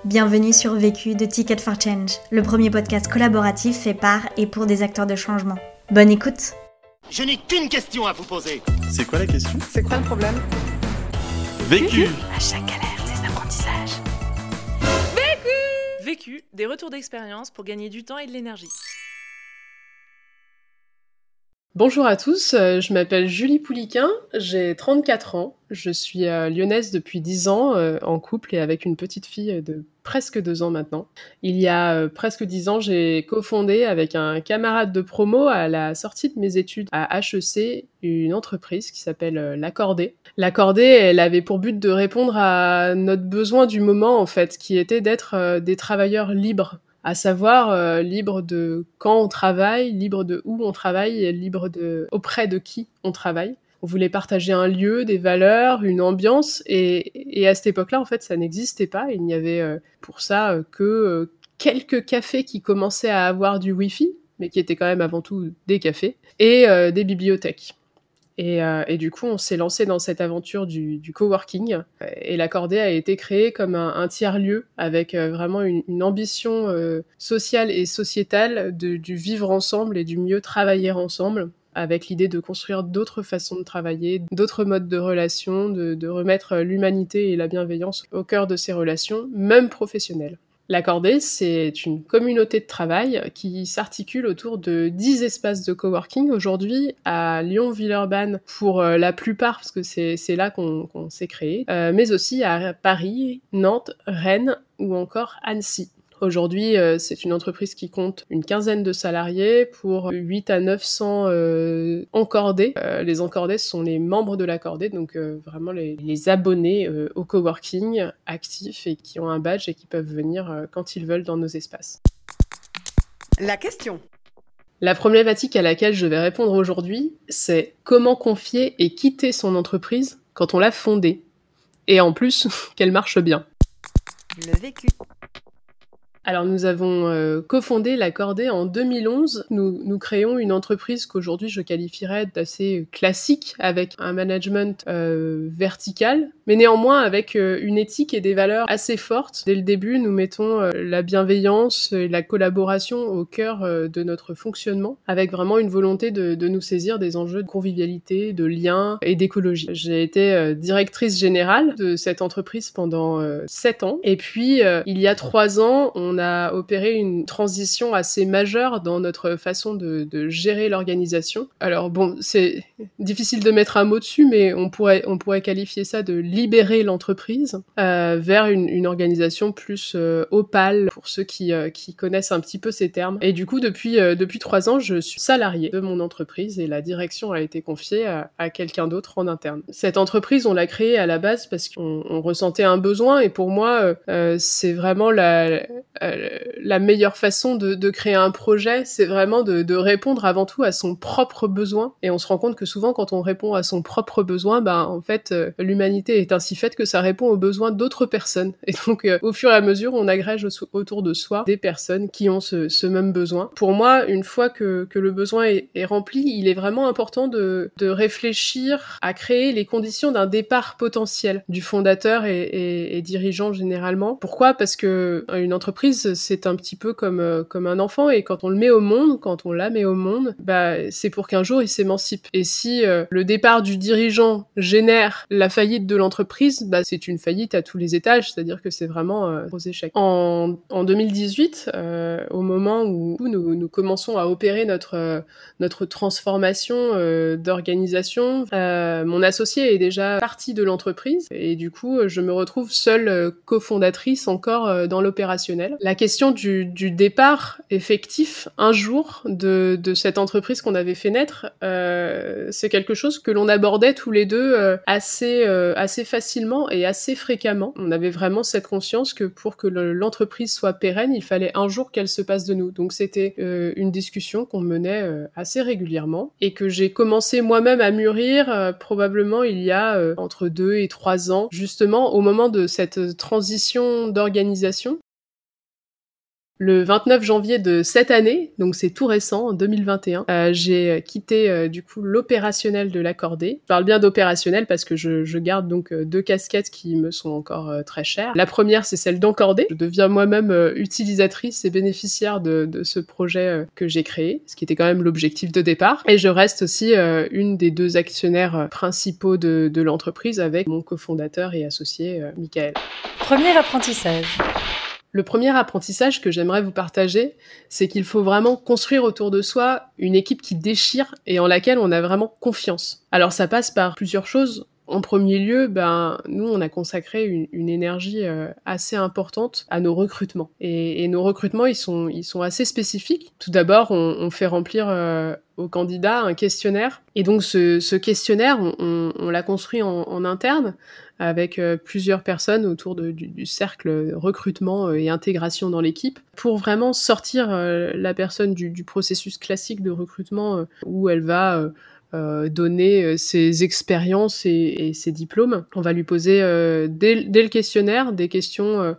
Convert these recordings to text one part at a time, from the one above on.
Bienvenue sur Vécu de Ticket for Change, le premier podcast collaboratif fait par et pour des acteurs de changement. Bonne écoute. Je n'ai qu'une question à vous poser. C'est quoi la question ? C'est quoi le problème ? Vécu. À chaque galère, des apprentissages. Vécu, des retours d'expérience pour gagner du temps et de l'énergie. Bonjour à tous, je m'appelle Julie Pouliquin, j'ai 34 ans, je suis lyonnaise depuis 10 ans, en couple et avec une petite fille de presque 2 ans maintenant. Il y a presque 10 ans, j'ai cofondé avec un camarade de promo à la sortie de mes études à HEC une entreprise qui s'appelle L'Accordé. L'Accordé, elle avait pour but de répondre à notre besoin du moment en fait, qui était d'être des travailleurs libres. À savoir libre de quand on travaille, libre de où on travaille, et libre de auprès de qui on travaille. On voulait partager un lieu, des valeurs, une ambiance, et à cette époque-là, en fait, ça n'existait pas. Il n'y avait pour ça que quelques cafés qui commençaient à avoir du Wi-Fi, mais qui étaient quand même avant tout des cafés, et des bibliothèques. Et du coup, on s'est lancé dans cette aventure du coworking. Et l'Accordé a été créé comme un tiers-lieu avec vraiment une ambition sociale et sociétale du vivre ensemble et du mieux travailler ensemble, avec l'idée de construire d'autres façons de travailler, d'autres modes de relations, de remettre l'humanité et la bienveillance au cœur de ces relations, même professionnelles. L'Accordé, c'est une communauté de travail qui s'articule autour de 10 espaces de coworking aujourd'hui à Lyon-Villeurbanne pour la plupart, parce que c'est là qu'on s'est créé, mais aussi à Paris, Nantes, Rennes ou encore Annecy. Aujourd'hui, c'est une entreprise qui compte une quinzaine de salariés pour 8 à 900 encordés. Les encordés sont les membres de l'Accordé, donc vraiment les abonnés au coworking actifs et qui ont un badge et qui peuvent venir quand ils veulent dans nos espaces. La question. La problématique à laquelle je vais répondre aujourd'hui, c'est comment confier et quitter son entreprise quand on l'a fondée. Et en plus, qu'elle marche bien. Le vécu. Alors nous avons cofondé l'Accordé en 2011. Nous créons une entreprise qu'aujourd'hui je qualifierais d'assez classique, avec un management vertical, mais néanmoins avec une éthique et des valeurs assez fortes. Dès le début, nous mettons la bienveillance et la collaboration au cœur de notre fonctionnement, avec vraiment une volonté de nous saisir des enjeux de convivialité, de lien et d'écologie. J'ai été directrice générale de cette entreprise pendant 7 ans, et puis il y a 3 ans, on a opéré une transition assez majeure dans notre façon de gérer l'organisation. Alors bon, c'est difficile de mettre un mot dessus, mais on pourrait qualifier ça de libérer l'entreprise vers une organisation plus opale, pour ceux qui connaissent un petit peu ces termes. Et du coup, depuis 3 ans, je suis salariée de mon entreprise et la direction a été confiée à quelqu'un d'autre en interne. Cette entreprise, on l'a créée à la base parce qu'on ressentait un besoin, et pour moi, c'est vraiment la meilleure façon de créer un projet, c'est vraiment de répondre avant tout à son propre besoin. Et on se rend compte que souvent, quand on répond à son propre besoin, en fait, l'humanité est ainsi faite que ça répond aux besoins d'autres personnes. Et donc, au fur et à mesure, on agrège autour de soi des personnes qui ont ce même besoin. Pour moi, une fois que le besoin est rempli, il est vraiment important de réfléchir à créer les conditions d'un départ potentiel du fondateur et dirigeant généralement. Pourquoi ? Parce que une entreprise, c'est un petit peu comme un enfant, et quand on le met au monde, quand on la met au monde, c'est pour qu'un jour il s'émancipe. Et si le départ du dirigeant génère la faillite de l'entreprise, c'est une faillite à tous les étages, c'est-à-dire que c'est vraiment gros échec. En 2018, au moment où nous commençons à opérer notre transformation d'organisation, mon associé est déjà parti de l'entreprise, et du coup, je me retrouve seule cofondatrice encore dans l'opérationnel. La question du départ effectif un jour de cette entreprise qu'on avait fait naître, c'est quelque chose que l'on abordait tous les deux assez facilement et assez fréquemment. On avait vraiment cette conscience que pour que l'entreprise soit pérenne, il fallait un jour qu'elle se passe de nous. Donc c'était une discussion qu'on menait assez régulièrement et que j'ai commencé moi-même à mûrir probablement il y a entre 2 et 3 ans, justement au moment de cette transition d'organisation. Le 29 janvier de cette année, donc c'est tout récent, en 2021, j'ai quitté du coup l'opérationnel de l'accordé. Je parle bien d'opérationnel parce que je garde donc 2 casquettes qui me sont encore très chères. La première, c'est celle d'encordé. Je deviens moi-même utilisatrice et bénéficiaire de ce projet que j'ai créé, ce qui était quand même l'objectif de départ. Et je reste aussi une des 2 actionnaires principaux de l'entreprise avec mon cofondateur et associé Michael. Premier apprentissage. Le premier apprentissage que j'aimerais vous partager, c'est qu'il faut vraiment construire autour de soi une équipe qui déchire et en laquelle on a vraiment confiance. Alors ça passe par plusieurs choses. En premier lieu, nous, on a consacré une énergie assez importante à nos recrutements. Et nos recrutements, ils sont assez spécifiques. Tout d'abord, on fait remplir aux candidats un questionnaire. Et donc, ce questionnaire, on l'a construit en interne avec plusieurs personnes autour du cercle recrutement et intégration dans l'équipe pour vraiment sortir la personne du processus classique de recrutement où elle va donner ses expériences et ses diplômes. On va lui poser dès le questionnaire des questions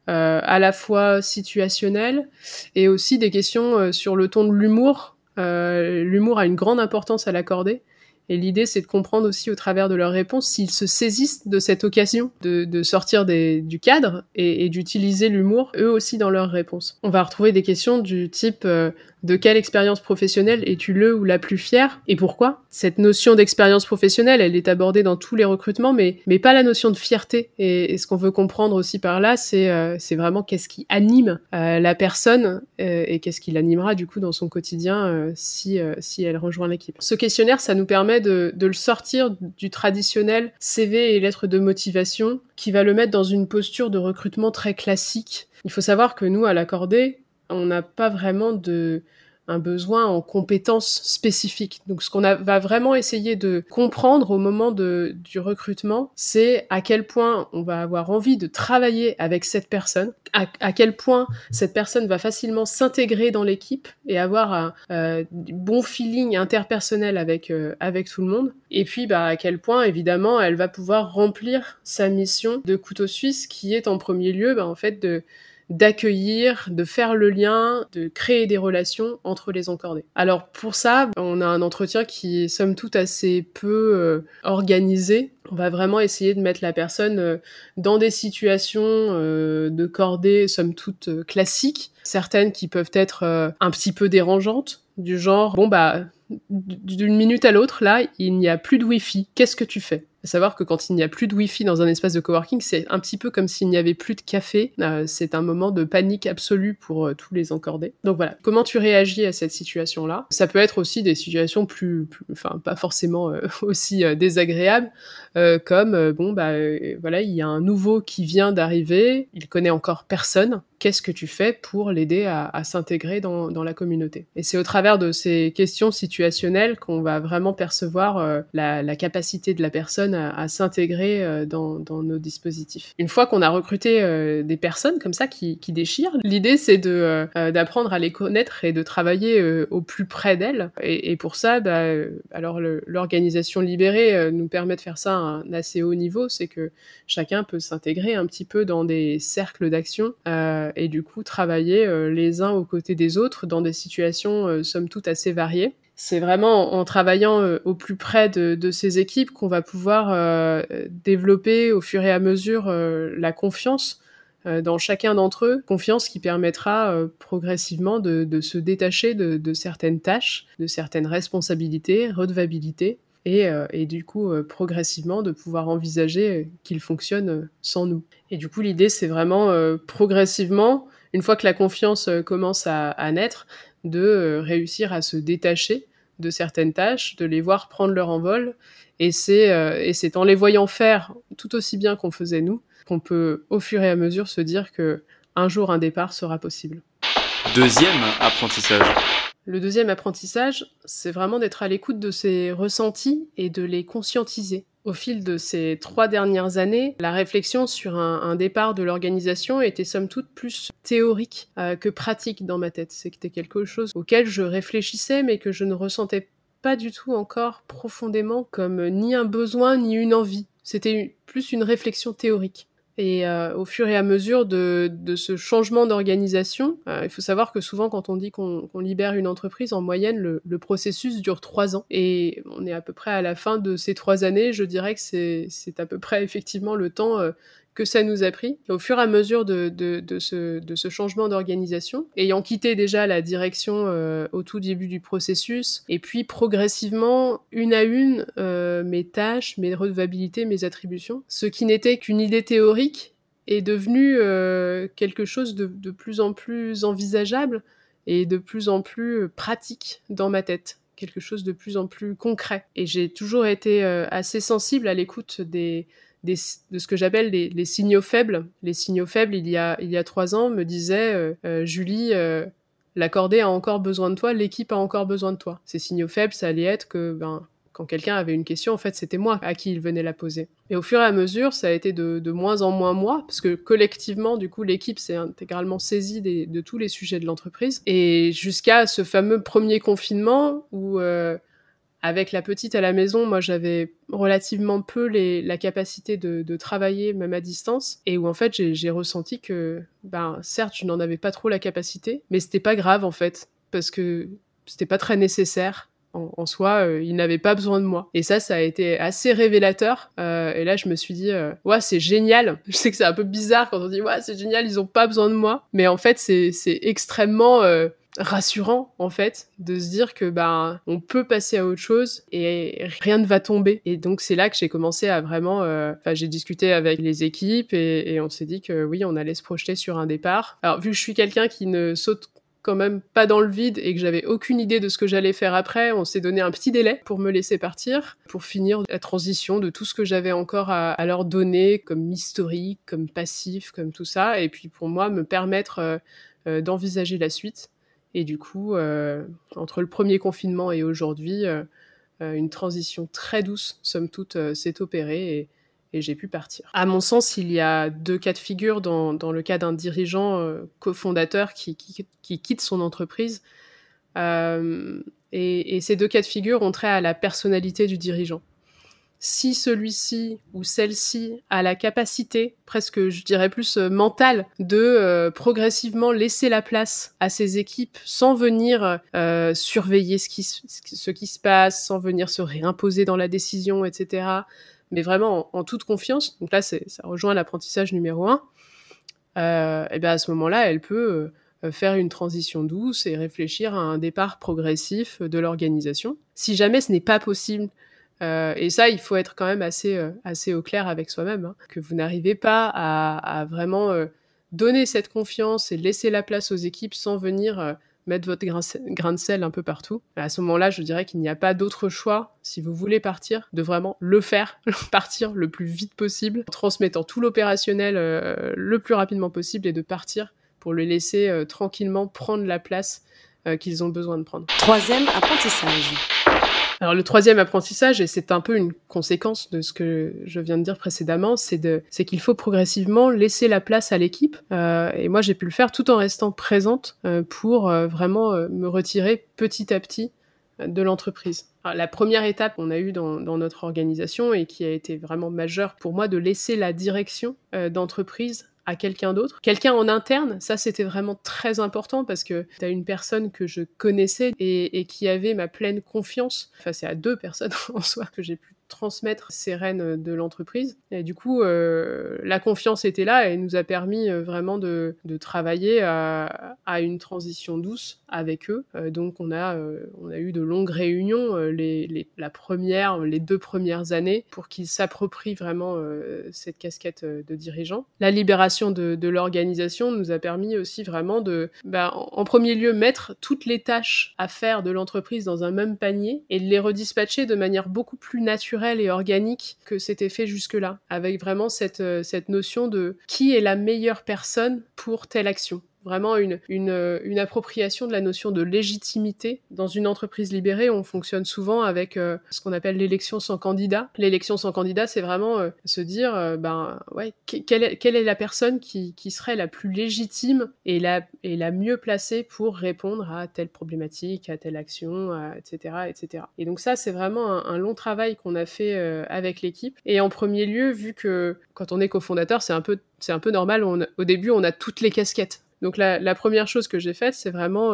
à la fois situationnelles et aussi des questions sur le ton de l'humour. L'humour a une grande importance à l'accorder. Et l'idée, c'est de comprendre aussi au travers de leurs réponses s'ils se saisissent de cette occasion de sortir du cadre et d'utiliser l'humour, eux aussi, dans leurs réponses. On va retrouver des questions du type de quelle expérience professionnelle es-tu le ou la plus fière et pourquoi ? Cette notion d'expérience professionnelle, elle est abordée dans tous les recrutements, mais pas la notion de fierté. Et ce qu'on veut comprendre aussi par là, c'est vraiment qu'est-ce qui anime la personne et qu'est-ce qui l'animera du coup dans son quotidien si elle rejoint l'équipe. Ce questionnaire, ça nous permet de le sortir du traditionnel CV et lettre de motivation qui va le mettre dans une posture de recrutement très classique. Il faut savoir que nous, à l'accordé, on n'a pas vraiment un besoin en compétences spécifiques. Donc ce qu'on va vraiment essayer de comprendre au moment du recrutement, c'est à quel point on va avoir envie de travailler avec cette personne, à quel point cette personne va facilement s'intégrer dans l'équipe et avoir un bon feeling interpersonnel avec tout le monde. Et puis à quel point, évidemment, elle va pouvoir remplir sa mission de couteau suisse qui est en premier lieu, en fait, d'accueillir, de faire le lien, de créer des relations entre les encordés. Alors pour ça, on a un entretien qui est somme toute assez peu organisé. On va vraiment essayer de mettre la personne dans des situations de cordée somme toute classiques, certaines qui peuvent être un petit peu dérangeantes, du genre d'une minute à l'autre, là, il n'y a plus de Wi-Fi. Qu'est-ce que tu fais ? À savoir que quand il n'y a plus de Wi-Fi dans un espace de coworking, c'est un petit peu comme s'il n'y avait plus de café. C'est un moment de panique absolue pour tous les encordés. Donc voilà, comment tu réagis à cette situation-là ? Ça peut être aussi des situations pas forcément aussi désagréables, comme voilà, il y a un nouveau qui vient d'arriver, il connaît encore personne. Qu'est-ce que tu fais pour l'aider à s'intégrer dans la communauté ? Et c'est au travers de ces questions situationnelles qu'on va vraiment percevoir la capacité de la personne à s'intégrer dans nos dispositifs. Une fois qu'on a recruté des personnes comme ça qui déchirent, l'idée c'est d'apprendre à les connaître et de travailler au plus près d'elles. Et pour ça, alors l'organisation libérée nous permet de faire ça à un assez haut niveau, c'est que chacun peut s'intégrer un petit peu dans des cercles d'action et du coup travailler les uns aux côtés des autres dans des situations somme toute assez variées. C'est vraiment en travaillant au plus près de ces équipes qu'on va pouvoir développer au fur et à mesure la confiance dans chacun d'entre eux, confiance qui permettra progressivement de se détacher de certaines tâches, de certaines responsabilités, redevabilités, et du coup progressivement de pouvoir envisager qu'ils fonctionnent sans nous. Et du coup l'idée c'est vraiment progressivement, une fois que la confiance commence à naître, de réussir à se détacher de certaines tâches, de les voir prendre leur envol, et c'est en les voyant faire tout aussi bien qu'on faisait nous, qu'on peut au fur et à mesure se dire que un jour un départ sera possible. Deuxième apprentissage. Le deuxième apprentissage, c'est vraiment d'être à l'écoute de ses ressentis et de les conscientiser. Au fil de ces 3 dernières années, la réflexion sur un départ de l'organisation était somme toute plus théorique que pratique dans ma tête. C'était quelque chose auquel je réfléchissais mais que je ne ressentais pas du tout encore profondément comme ni un besoin ni une envie. C'était plus une réflexion théorique. Et au fur et à mesure de ce changement d'organisation, il faut savoir que souvent quand on dit qu'on libère une entreprise, en moyenne, le processus dure 3 ans. Et on est à peu près à la fin de ces 3 années. Je dirais que c'est à peu près effectivement le temps que ça nous a pris. Et au fur et à mesure de ce changement d'organisation, ayant quitté déjà la direction au tout début du processus, et puis progressivement, une à une, mes tâches, mes redevabilités, mes attributions, ce qui n'était qu'une idée théorique est devenu quelque chose de plus en plus envisageable et de plus en plus pratique dans ma tête, quelque chose de plus en plus concret. Et j'ai toujours été assez sensible à l'écoute de ce que j'appelle les signaux faibles. Les signaux faibles, il y a 3 ans, me disaient Julie, la cordée a encore besoin de toi, l'équipe a encore besoin de toi. Ces signaux faibles, ça allait être que quand quelqu'un avait une question, en fait, c'était moi à qui il venait la poser. Et au fur et à mesure, ça a été de moins en moins moi, parce que collectivement, du coup, l'équipe s'est intégralement saisie de tous les sujets de l'entreprise. Et jusqu'à ce fameux premier confinement où... avec la petite à la maison, moi, j'avais relativement peu la capacité de travailler, même à distance, et où, en fait, j'ai ressenti que, certes, je n'en avais pas trop la capacité, mais c'était pas grave, en fait, parce que c'était pas très nécessaire. En soi, ils n'avaient pas besoin de moi. Et ça a été assez révélateur. Et là, je me suis dit, ouais, c'est génial. Je sais que c'est un peu bizarre quand on dit, ouais, c'est génial, ils ont pas besoin de moi. Mais en fait, c'est extrêmement... rassurant en fait de se dire que on peut passer à autre chose et rien ne va tomber. Et donc c'est là que j'ai commencé à vraiment j'ai discuté avec les équipes et on s'est dit que oui, on allait se projeter sur un départ. Alors vu que je suis quelqu'un qui ne saute quand même pas dans le vide et que j'avais aucune idée de ce que j'allais faire après, on s'est donné un petit délai pour me laisser partir, pour finir la transition de tout ce que j'avais encore à leur donner comme historique, comme passif, comme tout ça, et puis pour moi me permettre d'envisager la suite. Et du coup, entre le premier confinement et aujourd'hui, une transition très douce, somme toute, s'est opérée et j'ai pu partir. À mon sens, il y a 2 cas de figure dans le cas d'un dirigeant cofondateur qui quitte son entreprise. Et ces 2 cas de figure ont trait à la personnalité du dirigeant. Si celui-ci ou celle-ci a la capacité, presque je dirais plus mentale, de progressivement laisser la place à ses équipes sans venir surveiller ce qui se passe, sans venir se réimposer dans la décision, etc., mais vraiment en toute confiance, donc là ça rejoint l'apprentissage numéro 1, et à ce moment-là, elle peut faire une transition douce et réfléchir à un départ progressif de l'organisation. Si jamais ce n'est pas possible, et ça, il faut être quand même assez au clair avec soi-même, que vous n'arrivez pas à vraiment donner cette confiance et laisser la place aux équipes sans venir mettre votre grain de sel un peu partout. À ce moment-là, je dirais qu'il n'y a pas d'autre choix, si vous voulez partir, de vraiment le faire, partir le plus vite possible, en transmettant tout l'opérationnel le plus rapidement possible et de partir pour le laisser tranquillement prendre la place qu'ils ont besoin de prendre. 3e apprentissage. Alors le 3e apprentissage, et c'est un peu une conséquence de ce que je viens de dire précédemment, c'est qu'il faut progressivement laisser la place à l'équipe. Et moi, j'ai pu le faire tout en restant présente pour vraiment me retirer petit à petit de l'entreprise. Alors, la première étape qu'on a eue dans notre organisation et qui a été vraiment majeure pour moi, de laisser la direction d'entreprise à quelqu'un d'autre. Quelqu'un en interne, ça c'était vraiment très important parce que t'as une personne que je connaissais et qui avait ma pleine confiance. Enfin, c'est à 2 personnes en soi que j'ai pu transmettre ces rênes de l'entreprise. Et du coup, la confiance était là et nous a permis vraiment de travailler à une transition douce avec eux. Donc on a eu de longues réunions les 2 premières années pour qu'ils s'approprient vraiment cette casquette de dirigeant. La libération de l'organisation nous a permis aussi vraiment de, en premier lieu, mettre toutes les tâches à faire de l'entreprise dans un même panier et de les redispatcher de manière beaucoup plus naturelle et organique que c'était fait jusque-là, avec vraiment cette notion de qui est la meilleure personne pour telle action. vraiment une appropriation de la notion de légitimité. Dans une entreprise libérée, on fonctionne souvent avec ce qu'on appelle l'élection sans candidat. L'élection sans candidat, c'est vraiment se dire, quelle est la personne qui serait la plus légitime et la mieux placée pour répondre à telle problématique, à telle action, etc., etc. Et donc ça, c'est vraiment un long travail qu'on a fait avec l'équipe. Et en premier lieu, vu que quand on est cofondateur, c'est un peu normal, au début, on a toutes les casquettes. Donc la première chose que j'ai faite, c'est vraiment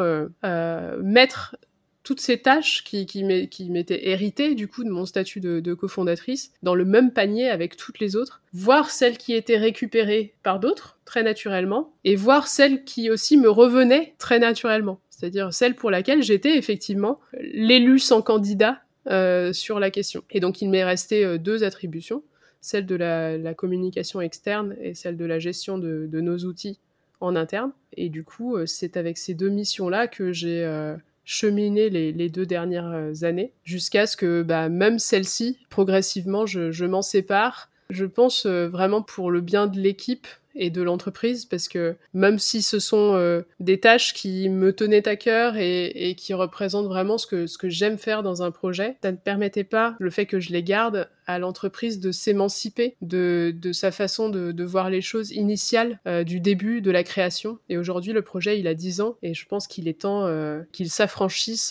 mettre toutes ces tâches qui m'étaient héritées du coup de mon statut de cofondatrice dans le même panier avec toutes les autres, voir celles qui étaient récupérées par d'autres très naturellement et voir celles qui aussi me revenaient très naturellement, c'est-à-dire celle pour laquelle j'étais effectivement l'élu sans candidat sur la question. Et donc il m'est resté 2 attributions, celle de la communication externe et celle de la gestion de nos outils en interne. Et du coup, c'est avec ces 2 missions-là que j'ai cheminé les 2 dernières années, jusqu'à ce que même celle-ci, progressivement, je m'en sépare. Je pense vraiment pour le bien de l'équipe et de l'entreprise, parce que même si ce sont des tâches qui me tenaient à cœur et qui représentent vraiment ce que j'aime faire dans un projet, ça ne permettait pas, le fait que je les garde, à l'entreprise de s'émanciper de sa façon de voir les choses initiales du début de la création. Et aujourd'hui, le projet, il a 10 ans et je pense qu'il est temps qu'il s'affranchisse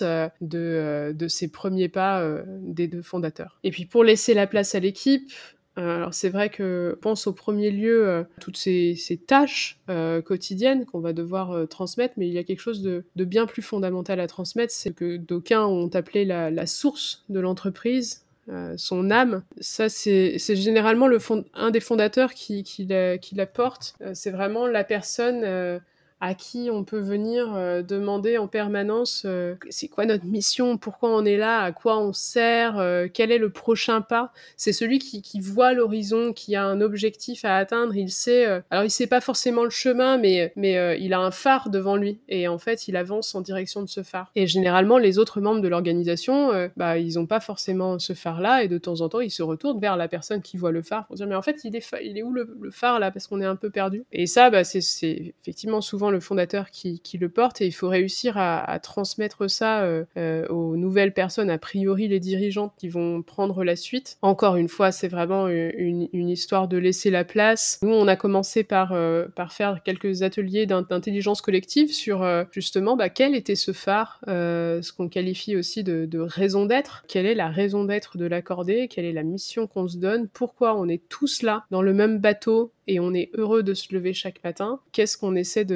de ses premiers pas des 2 fondateurs. Et puis pour laisser la place à l'équipe, alors c'est vrai que je pense au premier lieu toutes ces tâches quotidiennes qu'on va devoir transmettre, mais il y a quelque chose de bien plus fondamental à transmettre, c'est que d'aucuns ont appelé la source de l'entreprise, son âme. Ça, c'est généralement un des fondateurs qui la porte. C'est vraiment la personne à qui on peut venir demander en permanence c'est quoi notre mission, pourquoi on est là, à quoi on sert, quel est le prochain pas. C'est celui qui voit l'horizon, qui a un objectif à atteindre, il sait, alors il sait pas forcément le chemin, mais il a un phare devant lui, et en fait il avance en direction de ce phare. Et généralement les autres membres de l'organisation, ils ont pas forcément ce phare-là, et de temps en temps ils se retournent vers la personne qui voit le phare pour dire mais en fait il est où le phare là, parce qu'on est un peu perdu. Et ça, c'est effectivement souvent le fondateur qui le porte, et il faut réussir à transmettre ça aux nouvelles personnes, a priori les dirigeantes qui vont prendre la suite. Encore une fois, c'est vraiment une histoire de laisser la place. Nous, on a commencé par faire quelques ateliers d'intelligence collective sur justement quel était ce phare, ce qu'on qualifie aussi de raison d'être. Quelle est la raison d'être de l'Accordé? Quelle est la mission qu'on se donne? Pourquoi on est tous là dans le même bateau et on est heureux de se lever chaque matin? Qu'est-ce qu'on essaie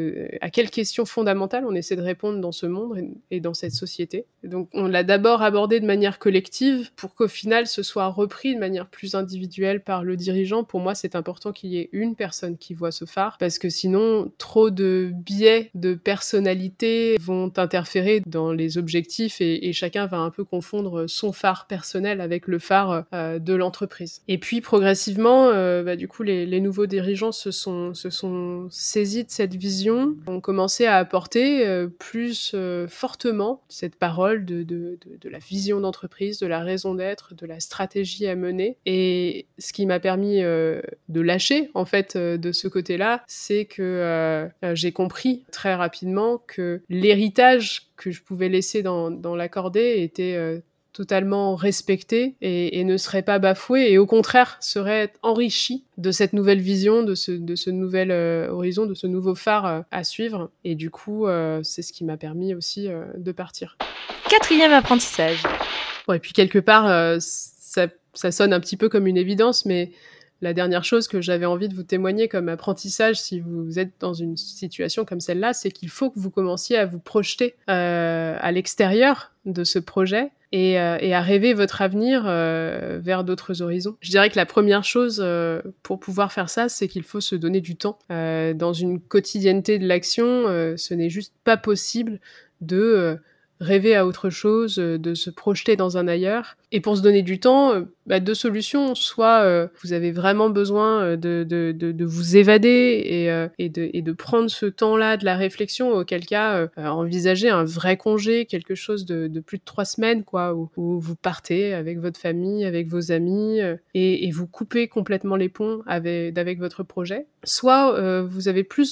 à quelles questions fondamentales on essaie de répondre dans ce monde et dans cette société? Et donc on l'a d'abord abordé de manière collective pour qu'au final ce soit repris de manière plus individuelle par le dirigeant. Pour moi, c'est important qu'il y ait une personne qui voit ce phare, parce que sinon trop de biais de personnalité vont interférer dans les objectifs et chacun va un peu confondre son phare personnel avec le phare de l'entreprise. Et puis progressivement, du coup les nouveaux dirigeants se sont saisis de cette vision, ont commencé à apporter plus fortement cette parole de la vision d'entreprise, de la raison d'être, de la stratégie à mener. Et ce qui m'a permis de lâcher en fait de ce côté-là, c'est que j'ai compris très rapidement que l'héritage que je pouvais laisser dans l'Accordé était totalement respecté et ne serait pas bafoué, et au contraire serait enrichi de cette nouvelle vision, de ce nouvel horizon, de ce nouveau phare à suivre. Et du coup, c'est ce qui m'a permis aussi de partir. 4e apprentissage. Bon, et puis quelque part, ça sonne un petit peu comme une évidence, mais la dernière chose que j'avais envie de vous témoigner comme apprentissage, si vous êtes dans une situation comme celle-là, c'est qu'il faut que vous commenciez à vous projeter à l'extérieur de ce projet et à rêver votre avenir vers d'autres horizons. Je dirais que la première chose pour pouvoir faire ça, c'est qu'il faut se donner du temps. Dans une quotidienneté de l'action, ce n'est juste pas possible de rêver à autre chose, de se projeter dans un ailleurs. Et pour se donner du temps, 2 solutions. Soit vous avez vraiment besoin de vous évader et de prendre ce temps-là de la réflexion, auquel cas envisager un vrai congé, quelque chose de plus de 3 semaines, quoi, où vous partez avec votre famille, avec vos amis, et vous coupez complètement les ponts avec votre projet. Soit vous avez plus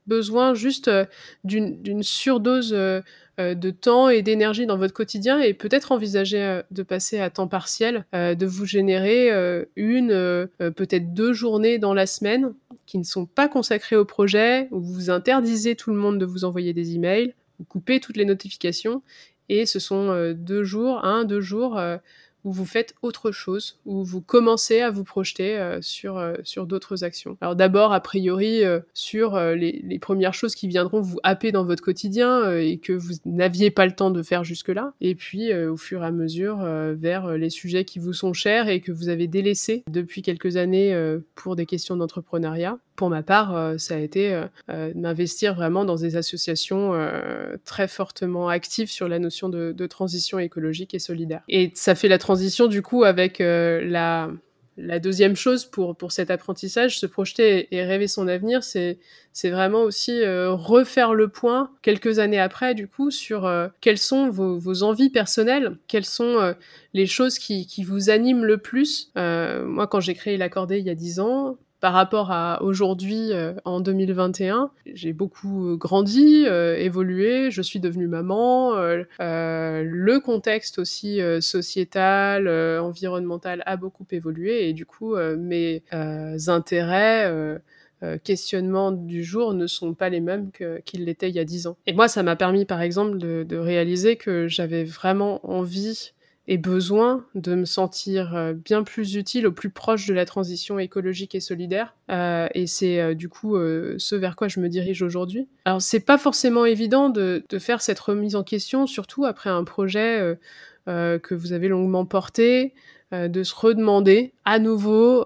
besoin juste d'une surdose de temps et d'énergie dans votre quotidien et peut-être envisager de passer à temps partiel, de vous générer peut-être 2 journées dans la semaine qui ne sont pas consacrées au projet, où vous interdisez tout le monde de vous envoyer des emails, vous coupez toutes les notifications et ce sont 2 jours où vous faites autre chose, où vous commencez à vous projeter sur d'autres actions. Alors d'abord, a priori, sur les premières choses qui viendront vous happer dans votre quotidien et que vous n'aviez pas le temps de faire jusque-là. Et puis, au fur et à mesure, vers les sujets qui vous sont chers et que vous avez délaissés depuis quelques années pour des questions d'entrepreneuriat. Pour ma part, ça a été m'investir vraiment dans des associations très fortement actives sur la notion de transition écologique et solidaire. Et ça fait la transition du coup avec la deuxième chose pour cet apprentissage, se projeter et rêver son avenir, c'est vraiment aussi refaire le point quelques années après du coup sur quelles sont vos envies personnelles, quelles sont les choses qui vous animent le plus. Moi, quand j'ai créé l'Accordé il y a 10 ans, par rapport à aujourd'hui, en 2021, j'ai beaucoup grandi, évolué, je suis devenue maman, le contexte aussi sociétal, environnemental a beaucoup évolué et du coup, mes intérêts, questionnements du jour ne sont pas les mêmes qu'ils l'étaient il y a 10 ans. Et moi, ça m'a permis, par exemple, de réaliser que j'avais vraiment envie et besoin de me sentir bien plus utile, au plus proche de la transition écologique et solidaire. Et c'est du coup ce vers quoi je me dirige aujourd'hui. Alors c'est pas forcément évident de faire cette remise en question, surtout après un projet que vous avez longuement porté, de se redemander à nouveau,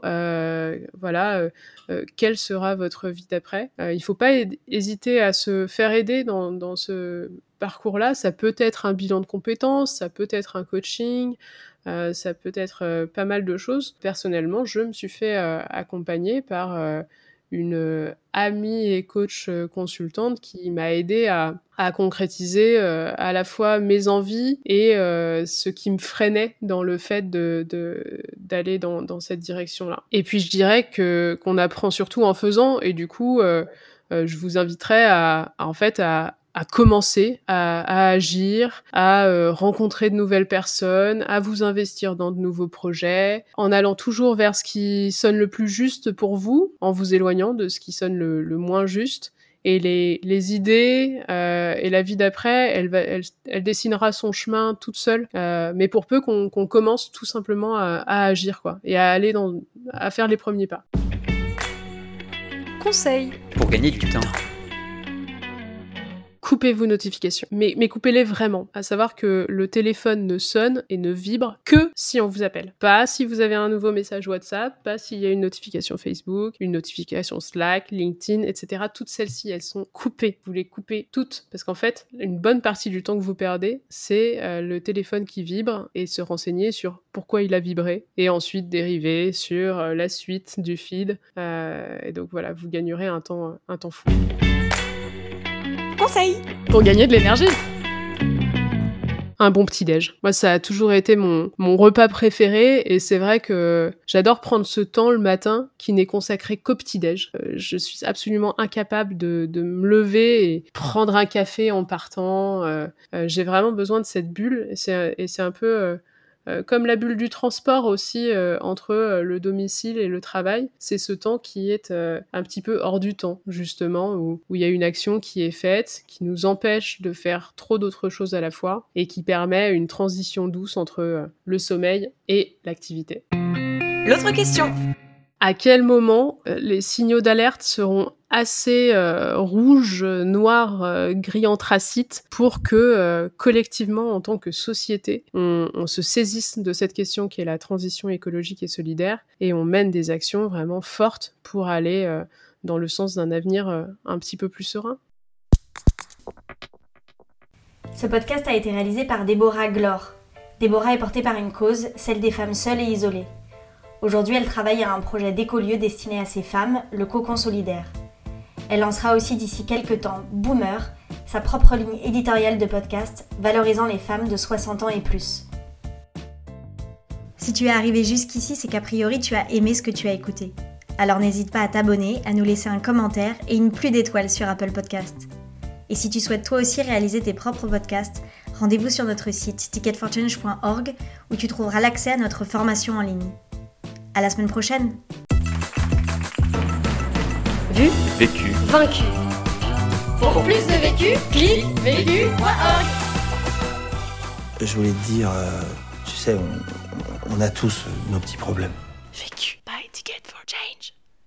quelle sera votre vie d'après. Il faut pas hésiter à se faire aider dans ce parcours-là. Ça peut être un bilan de compétences, ça peut être un coaching, ça peut être pas mal de choses. Personnellement, je me suis fait accompagner par une amie et coach consultante qui m'a aidée à concrétiser à la fois mes envies et ce qui me freinait dans le fait d'aller dans cette direction-là. Et puis je dirais qu'on apprend surtout en faisant, et du coup je vous inviterais à commencer à agir, à rencontrer de nouvelles personnes, à vous investir dans de nouveaux projets, en allant toujours vers ce qui sonne le plus juste pour vous, en vous éloignant de ce qui sonne le moins juste. Et les idées et la vie d'après, elle dessinera son chemin toute seule, mais pour peu qu'on commence tout simplement à agir, quoi, et à aller à faire les premiers pas. Conseil pour gagner du temps. Coupez vos notifications, mais coupez-les vraiment. À savoir que le téléphone ne sonne et ne vibre que si on vous appelle. Pas si vous avez un nouveau message WhatsApp, pas s'il y a une notification Facebook, une notification Slack, LinkedIn, etc. Toutes celles-ci, elles sont coupées. Vous les coupez toutes, parce qu'en fait, une bonne partie du temps que vous perdez, c'est le téléphone qui vibre et se renseigner sur pourquoi il a vibré, et ensuite dériver sur la suite du feed. Et donc voilà, vous gagnerez un temps fou. Conseil pour gagner de l'énergie. Un bon petit-déj. Moi, ça a toujours été mon repas préféré, et c'est vrai que j'adore prendre ce temps le matin qui n'est consacré qu'au petit-déj. Je suis absolument incapable de me lever et prendre un café en partant. J'ai vraiment besoin de cette bulle, et c'est un peu... comme la bulle du transport aussi entre le domicile et le travail, c'est ce temps qui est un petit peu hors du temps, justement, où il y a une action qui est faite, qui nous empêche de faire trop d'autres choses à la fois, et qui permet une transition douce entre le sommeil et l'activité. L'autre question. À quel moment les signaux d'alerte seront assez rouges, noirs, gris anthracite pour que collectivement, en tant que société, on se saisisse de cette question qui est la transition écologique et solidaire, et on mène des actions vraiment fortes pour aller dans le sens d'un avenir un petit peu plus serein. Ce podcast a été réalisé par Déborah Glor. Déborah est portée par une cause, celle des femmes seules et isolées. Aujourd'hui, elle travaille à un projet d'écolieu destiné à ces femmes, le Cocon Solidaire. Elle lancera aussi d'ici quelques temps Boomer, sa propre ligne éditoriale de podcast valorisant les femmes de 60 ans et plus. Si tu es arrivé jusqu'ici, c'est qu'a priori tu as aimé ce que tu as écouté. Alors n'hésite pas à t'abonner, à nous laisser un commentaire et une pluie d'étoiles sur Apple Podcasts. Et si tu souhaites toi aussi réaliser tes propres podcasts, rendez-vous sur notre site ticketforchange.org où tu trouveras l'accès à notre formation en ligne. À la semaine prochaine. Vu, Vécu. vaincu. Pour plus de vécu, clique vécu.org. Je voulais te dire, tu sais, on a tous nos petits problèmes. Vécu.